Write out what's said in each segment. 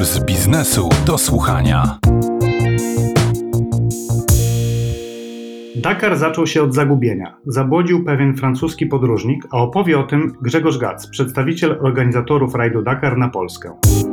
z biznesu do słuchania. Dakar zaczął się od zagubienia. Zabłodził pewien francuski podróżnik, a opowie o tym Grzegorz Gac, przedstawiciel organizatorów rajdu Dakar na Polskę.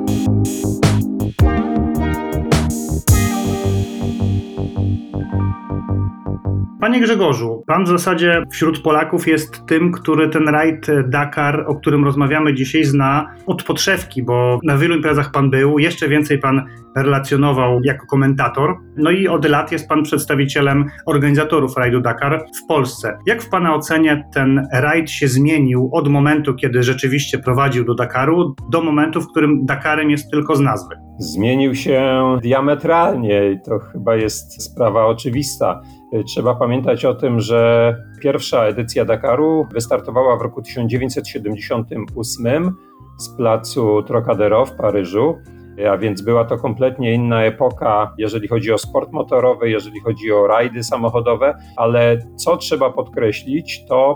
Panie Grzegorzu, pan w zasadzie wśród Polaków jest tym, który ten rajd Dakar, o którym rozmawiamy dzisiaj, zna od podszewki, bo na wielu imprezach pan był, jeszcze więcej pan relacjonował jako komentator, no i od lat jest pan przedstawicielem organizatorów rajdu Dakar w Polsce. Jak w pana ocenie ten rajd się zmienił od momentu, kiedy rzeczywiście prowadził do Dakaru, do momentu, w którym Dakarem jest tylko z nazwy? Zmienił się diametralnie i to chyba jest sprawa oczywista. Trzeba pamiętać o tym, że pierwsza edycja Dakaru wystartowała w roku 1978 z placu Trocadéro w Paryżu, a więc była to kompletnie inna epoka, jeżeli chodzi o sport motorowy, jeżeli chodzi o rajdy samochodowe, ale co trzeba podkreślić, to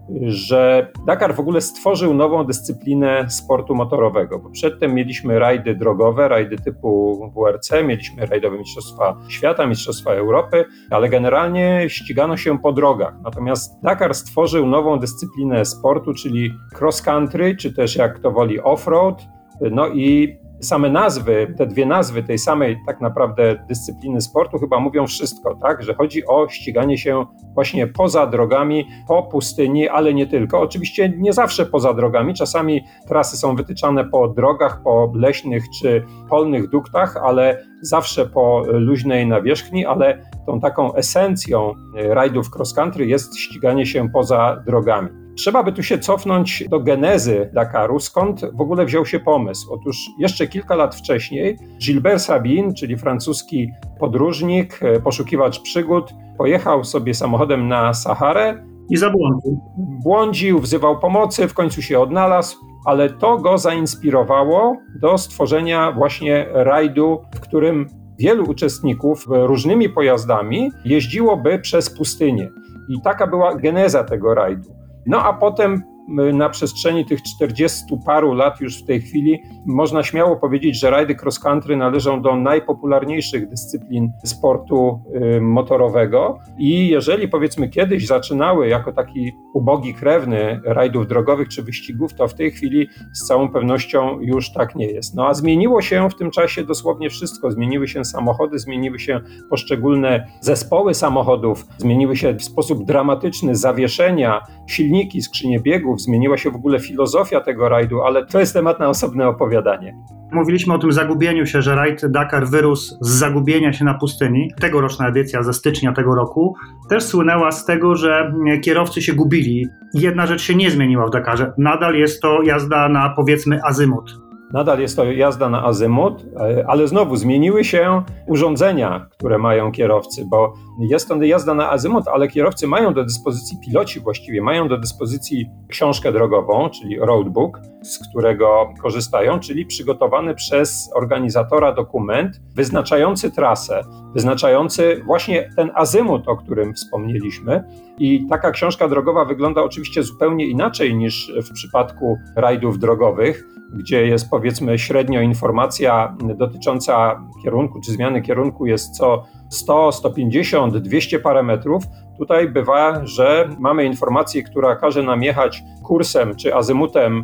że Dakar w ogóle stworzył nową dyscyplinę sportu motorowego, bo przedtem mieliśmy rajdy drogowe, rajdy typu WRC, mieliśmy rajdowe Mistrzostwa Świata, Mistrzostwa Europy, ale generalnie ścigano się po drogach. Natomiast Dakar stworzył nową dyscyplinę sportu, czyli cross country, czy też jak to woli off-road, no i same nazwy, te dwie nazwy tej samej tak naprawdę dyscypliny sportu chyba mówią wszystko, tak? Że chodzi o ściganie się właśnie poza drogami, po pustyni, ale nie tylko. Oczywiście nie zawsze poza drogami, czasami trasy są wytyczane po drogach, po leśnych czy polnych duktach, ale zawsze po luźnej nawierzchni, ale tą taką esencją rajdów cross country jest ściganie się poza drogami. Trzeba by tu się cofnąć do genezy Dakaru, skąd w ogóle wziął się pomysł. Otóż jeszcze kilka lat wcześniej Gilbert Sabin, czyli francuski podróżnik, poszukiwacz przygód, pojechał sobie samochodem na Saharę i zabłądził. Błądził, wzywał pomocy, w końcu się odnalazł, ale to go zainspirowało do stworzenia właśnie rajdu, w którym wielu uczestników różnymi pojazdami jeździłoby przez pustynię. I taka była geneza tego rajdu. No a potem na przestrzeni tych 40 paru lat już w tej chwili można śmiało powiedzieć, że rajdy cross country należą do najpopularniejszych dyscyplin sportu motorowego i jeżeli powiedzmy kiedyś zaczynały jako taki ubogi krewny rajdów drogowych czy wyścigów, to w tej chwili z całą pewnością już tak nie jest. No a zmieniło się w tym czasie dosłownie wszystko. Zmieniły się samochody, zmieniły się poszczególne zespoły samochodów, zmieniły się w sposób dramatyczny zawieszenia, silniki, skrzynie biegów, zmieniła się w ogóle filozofia tego rajdu, ale to jest temat na osobne opowiadanie. Mówiliśmy o tym zagubieniu się, że rajd Dakar wyrósł z zagubienia się na pustyni. Tegoroczna edycja ze stycznia tego roku też słynęła z tego, że kierowcy się gubili. Jedna rzecz się nie zmieniła w Dakarze. Nadal jest to jazda na, powiedzmy, azymut. Nadal jest to jazda na azymut, ale znowu zmieniły się urządzenia, które mają kierowcy, bo jest to jazda na azymut, ale kierowcy mają do dyspozycji, piloci właściwie mają do dyspozycji książkę drogową, czyli roadbook, z którego korzystają, czyli przygotowany przez organizatora dokument wyznaczający trasę, wyznaczający właśnie ten azymut, o którym wspomnieliśmy. I taka książka drogowa wygląda oczywiście zupełnie inaczej niż w przypadku rajdów drogowych, gdzie jest powiedzmy średnio informacja dotycząca kierunku czy zmiany kierunku jest co 100, 150, 200 parę metrów. Tutaj bywa, że mamy informację, która każe nam jechać kursem czy azymutem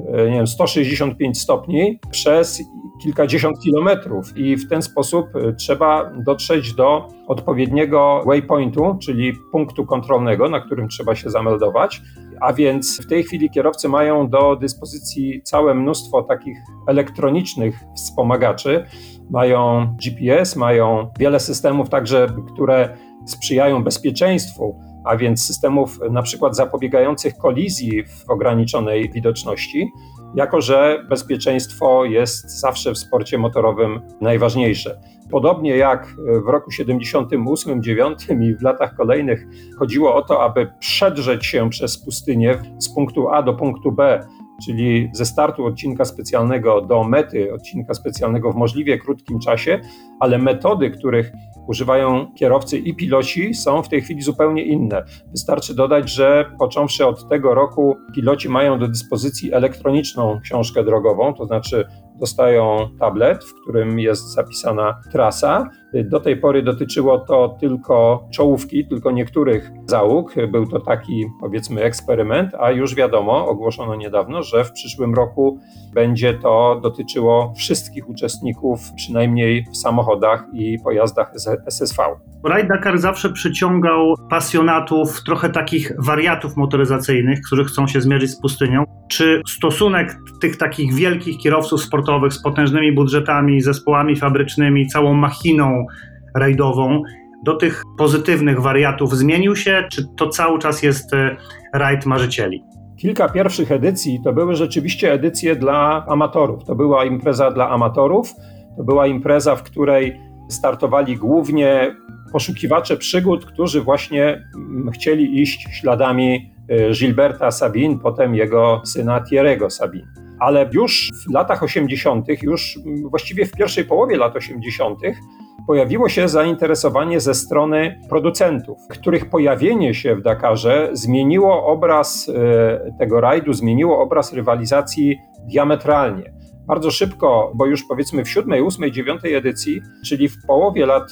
165 stopni przez kilkadziesiąt kilometrów i w ten sposób trzeba dotrzeć do odpowiedniego waypointu, czyli punktu kontrolnego, na którym trzeba się zameldować. A więc w tej chwili kierowcy mają do dyspozycji całe mnóstwo takich elektronicznych wspomagaczy. Mają GPS, mają wiele systemów także, które sprzyjają bezpieczeństwu, a więc systemów na przykład zapobiegających kolizji w ograniczonej widoczności, jako że bezpieczeństwo jest zawsze w sporcie motorowym najważniejsze. Podobnie jak w roku 78, 9 i w latach kolejnych chodziło o to, aby przedrzeć się przez pustynię z punktu A do punktu B, czyli ze startu odcinka specjalnego do mety odcinka specjalnego w możliwie krótkim czasie, ale metody, których używają kierowcy i piloci, są w tej chwili zupełnie inne. Wystarczy dodać, że począwszy od tego roku piloci mają do dyspozycji elektroniczną książkę drogową, to znaczy dostają tablet, w którym jest zapisana trasa. Do tej pory dotyczyło to tylko czołówki, tylko niektórych załóg. Był to taki, powiedzmy, eksperyment, a już wiadomo, ogłoszono niedawno, że w przyszłym roku będzie to dotyczyło wszystkich uczestników, przynajmniej w samochodach i pojazdach SSV. Rajd Dakar zawsze przyciągał pasjonatów, trochę takich wariatów motoryzacyjnych, którzy chcą się zmierzyć z pustynią. Czy stosunek tych takich wielkich kierowców sportowych z potężnymi budżetami, zespołami fabrycznymi, całą machiną rajdową do tych pozytywnych wariatów zmienił się, czy to cały czas jest rajd marzycieli? Kilka pierwszych edycji to były rzeczywiście edycje dla amatorów. To była impreza dla amatorów, to była impreza, w której startowali głównie poszukiwacze przygód, którzy właśnie chcieli iść śladami Gilberta Sabin, potem jego syna Thierry'ego Sabin. Ale już w latach 80., już właściwie w pierwszej połowie lat 80., pojawiło się zainteresowanie ze strony producentów, których pojawienie się w Dakarze zmieniło obraz tego rajdu, zmieniło obraz rywalizacji diametralnie. Bardzo szybko, bo już powiedzmy w 7., 8., 9. edycji, czyli w połowie lat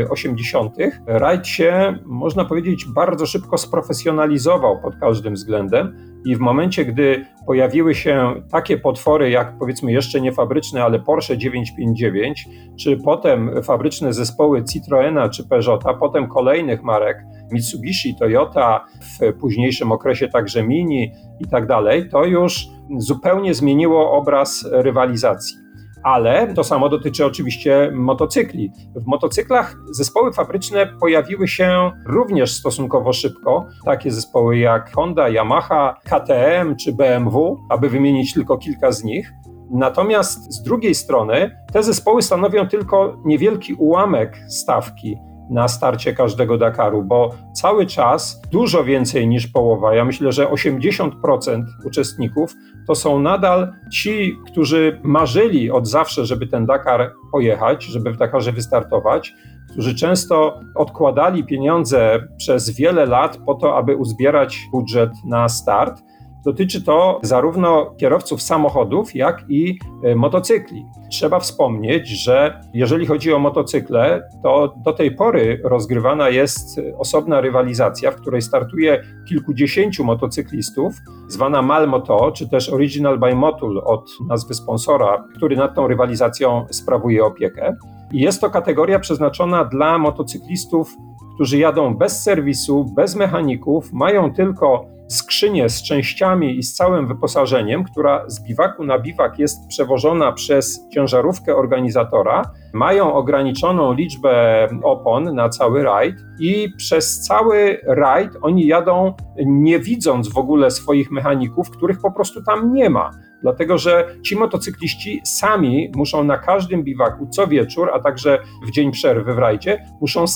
80., rajd się, można powiedzieć, bardzo szybko sprofesjonalizował pod każdym względem i w momencie, gdy pojawiły się takie potwory jak, powiedzmy, jeszcze nie fabryczne, ale Porsche 959, czy potem fabryczne zespoły Citroena czy Peugeota, potem kolejnych marek Mitsubishi, Toyota, w późniejszym okresie także Mini i tak dalej, to już zupełnie zmieniło obraz rywalizacji. Ale to samo dotyczy oczywiście motocykli. W motocyklach zespoły fabryczne pojawiły się również stosunkowo szybko. Takie zespoły jak Honda, Yamaha, KTM czy BMW, aby wymienić tylko kilka z nich. Natomiast z drugiej strony te zespoły stanowią tylko niewielki ułamek stawki na starcie każdego Dakaru, bo cały czas dużo więcej niż połowa, ja myślę, że 80% uczestników to są nadal ci, którzy marzyli od zawsze, żeby ten Dakar pojechać, żeby w Dakarze wystartować, którzy często odkładali pieniądze przez wiele lat po to, aby uzbierać budżet na start. Dotyczy to zarówno kierowców samochodów, jak i motocykli. Trzeba wspomnieć, że jeżeli chodzi o motocykle, to do tej pory rozgrywana jest osobna rywalizacja, w której startuje kilkudziesięciu motocyklistów, zwana Malmoto, czy też Original by Motul od nazwy sponsora, który nad tą rywalizacją sprawuje opiekę. I jest to kategoria przeznaczona dla motocyklistów, którzy jadą bez serwisu, bez mechaników, mają tylko skrzynię z częściami i z całym wyposażeniem, która z biwaku na biwak jest przewożona przez ciężarówkę organizatora, mają ograniczoną liczbę opon na cały rajd i przez cały rajd oni jadą nie widząc w ogóle swoich mechaników, których po prostu tam nie ma. Dlatego, że ci motocykliści sami muszą na każdym biwaku co wieczór, a także w dzień przerwy w rajdzie, muszą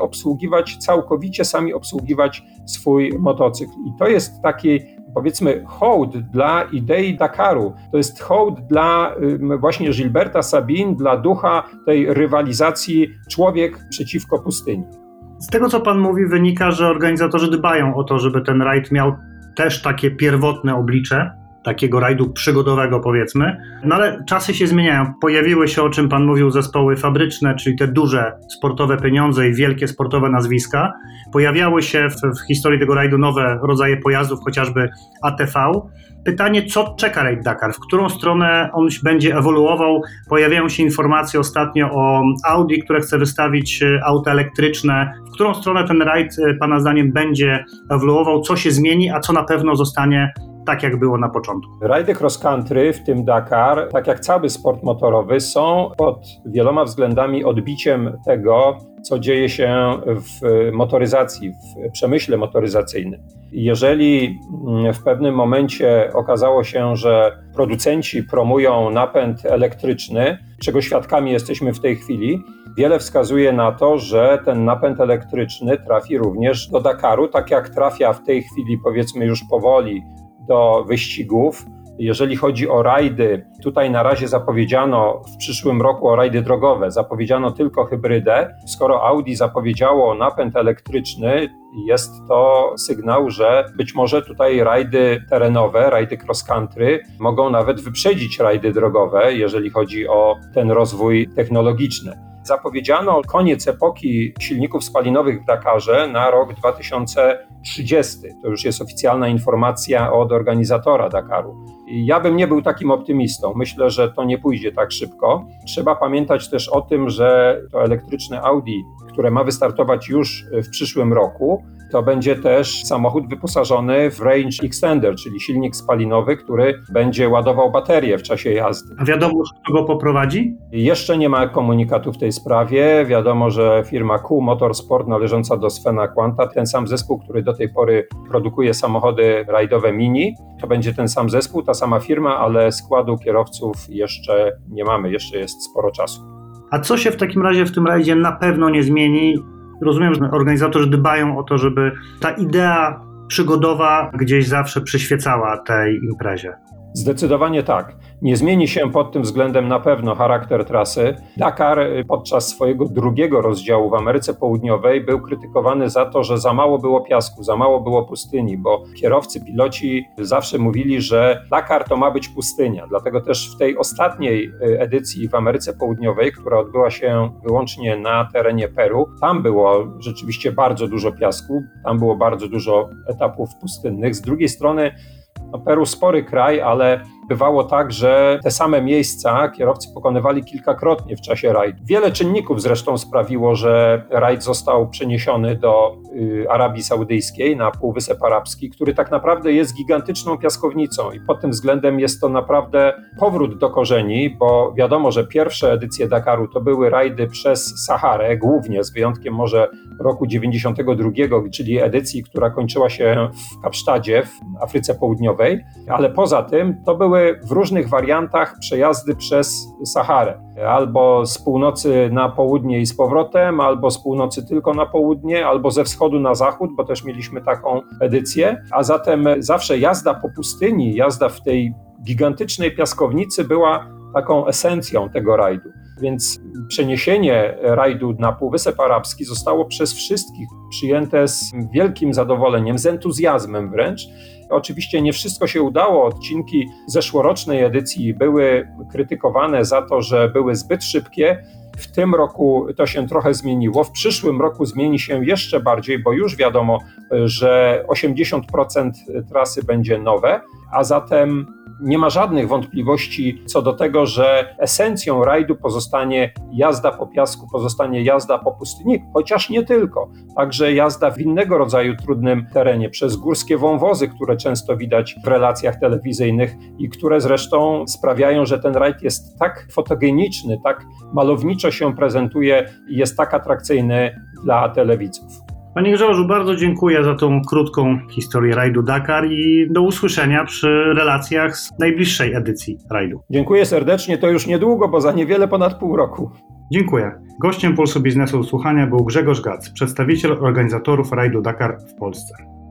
całkowicie sami obsługiwać swój motocykl. I to jest taki, powiedzmy, hołd dla idei Dakaru. To jest hołd dla właśnie Gilberta Sabin, dla ducha tej rywalizacji człowiek przeciwko pustyni. Z tego, co pan mówi, wynika, że organizatorzy dbają o to, żeby ten rajd miał też takie pierwotne oblicze, takiego rajdu przygodowego, powiedzmy. No ale czasy się zmieniają. Pojawiły się, o czym pan mówił, zespoły fabryczne, czyli te duże sportowe pieniądze i wielkie sportowe nazwiska. Pojawiały się w historii tego rajdu nowe rodzaje pojazdów, chociażby ATV. Pytanie, co czeka rajd Dakar? W którą stronę on będzie ewoluował? Pojawiają się informacje ostatnio o Audi, które chce wystawić auta elektryczne. W którą stronę ten rajd, pana zdaniem, będzie ewoluował? Co się zmieni, a co na pewno zostanie tak, jak było na początku? Rajdy cross country, w tym Dakar, tak jak cały sport motorowy, są pod wieloma względami odbiciem tego, co dzieje się w motoryzacji, w przemyśle motoryzacyjnym. Jeżeli w pewnym momencie okazało się, że producenci promują napęd elektryczny, czego świadkami jesteśmy w tej chwili, wiele wskazuje na to, że ten napęd elektryczny trafi również do Dakaru, tak jak trafia w tej chwili, powiedzmy już powoli, do wyścigów Jeżeli chodzi o rajdy, tutaj na razie zapowiedziano w przyszłym roku o rajdy drogowe, zapowiedziano tylko hybrydę. Skoro Audi zapowiedziało napęd elektryczny, jest to sygnał, że być może tutaj rajdy terenowe, rajdy cross country mogą nawet wyprzedzić rajdy drogowe, jeżeli chodzi o ten rozwój technologiczny. Zapowiedziano koniec epoki silników spalinowych w Dakarze na rok 2030. To już jest oficjalna informacja od organizatora Dakaru. Ja bym nie był takim optymistą. Myślę, że to nie pójdzie tak szybko. Trzeba pamiętać też o tym, że to elektryczne Audi, które ma wystartować już w przyszłym roku, to będzie też samochód wyposażony w range extender, czyli silnik spalinowy, który będzie ładował baterię w czasie jazdy. A wiadomo, kto go poprowadzi? Jeszcze nie ma komunikatu w tej sprawie. Wiadomo, że firma Q Motorsport należąca do Svena Quanta, ten sam zespół, który do tej pory produkuje samochody rajdowe Mini, to będzie ten sam zespół, ta sama firma, ale składu kierowców jeszcze nie mamy, jeszcze jest sporo czasu. A co się w takim razie w tym rajdzie na pewno nie zmieni? Rozumiem, że organizatorzy dbają o to, żeby ta idea przygodowa gdzieś zawsze przyświecała tej imprezie. Zdecydowanie tak. Nie zmieni się pod tym względem na pewno charakter trasy. Dakar podczas swojego drugiego rozdziału w Ameryce Południowej był krytykowany za to, że za mało było piasku, za mało było pustyni, bo kierowcy, piloci zawsze mówili, że Dakar to ma być pustynia. Dlatego też w tej ostatniej edycji w Ameryce Południowej, która odbyła się wyłącznie na terenie Peru, tam było rzeczywiście bardzo dużo piasku, tam było bardzo dużo etapów pustynnych. Z drugiej strony Peru spory kraj, ale bywało tak, że te same miejsca kierowcy pokonywali kilkakrotnie w czasie rajdu. Wiele czynników zresztą sprawiło, że rajd został przeniesiony do Arabii Saudyjskiej, na Półwysep Arabski, który tak naprawdę jest gigantyczną piaskownicą i pod tym względem jest to naprawdę powrót do korzeni, bo wiadomo, że pierwsze edycje Dakaru to były rajdy przez Saharę, głównie z wyjątkiem może roku 92, czyli edycji, która kończyła się w Kapsztadzie w Afryce Południowej, ale poza tym to były w różnych wariantach przejazdy przez Saharę. Albo z północy na południe i z powrotem, albo z północy tylko na południe, albo ze wschodu na zachód, bo też mieliśmy taką edycję. A zatem zawsze jazda po pustyni, jazda w tej gigantycznej piaskownicy była taką esencją tego rajdu. Więc przeniesienie rajdu na Półwysep Arabski zostało przez wszystkich przyjęte z wielkim zadowoleniem, z entuzjazmem wręcz. Oczywiście nie wszystko się udało. Odcinki zeszłorocznej edycji były krytykowane za to, że były zbyt szybkie. W tym roku to się trochę zmieniło. W przyszłym roku zmieni się jeszcze bardziej, bo już wiadomo, że 80% trasy będzie nowe, a zatem nie ma żadnych wątpliwości co do tego, że esencją rajdu pozostanie jazda po piasku, pozostanie jazda po pustyni, chociaż nie tylko. Także jazda w innego rodzaju trudnym terenie, przez górskie wąwozy, które często widać w relacjach telewizyjnych i które zresztą sprawiają, że ten rajd jest tak fotogeniczny, tak malowniczo się prezentuje i jest tak atrakcyjny dla telewidzów. Panie Grzegorzu, bardzo dziękuję za tą krótką historię rajdu Dakar i do usłyszenia przy relacjach z najbliższej edycji rajdu. Dziękuję serdecznie, to już niedługo, bo za niewiele ponad pół roku. Dziękuję. Gościem Pulsu Biznesu do Słuchania był Grzegorz Gac, przedstawiciel organizatorów rajdu Dakar w Polsce.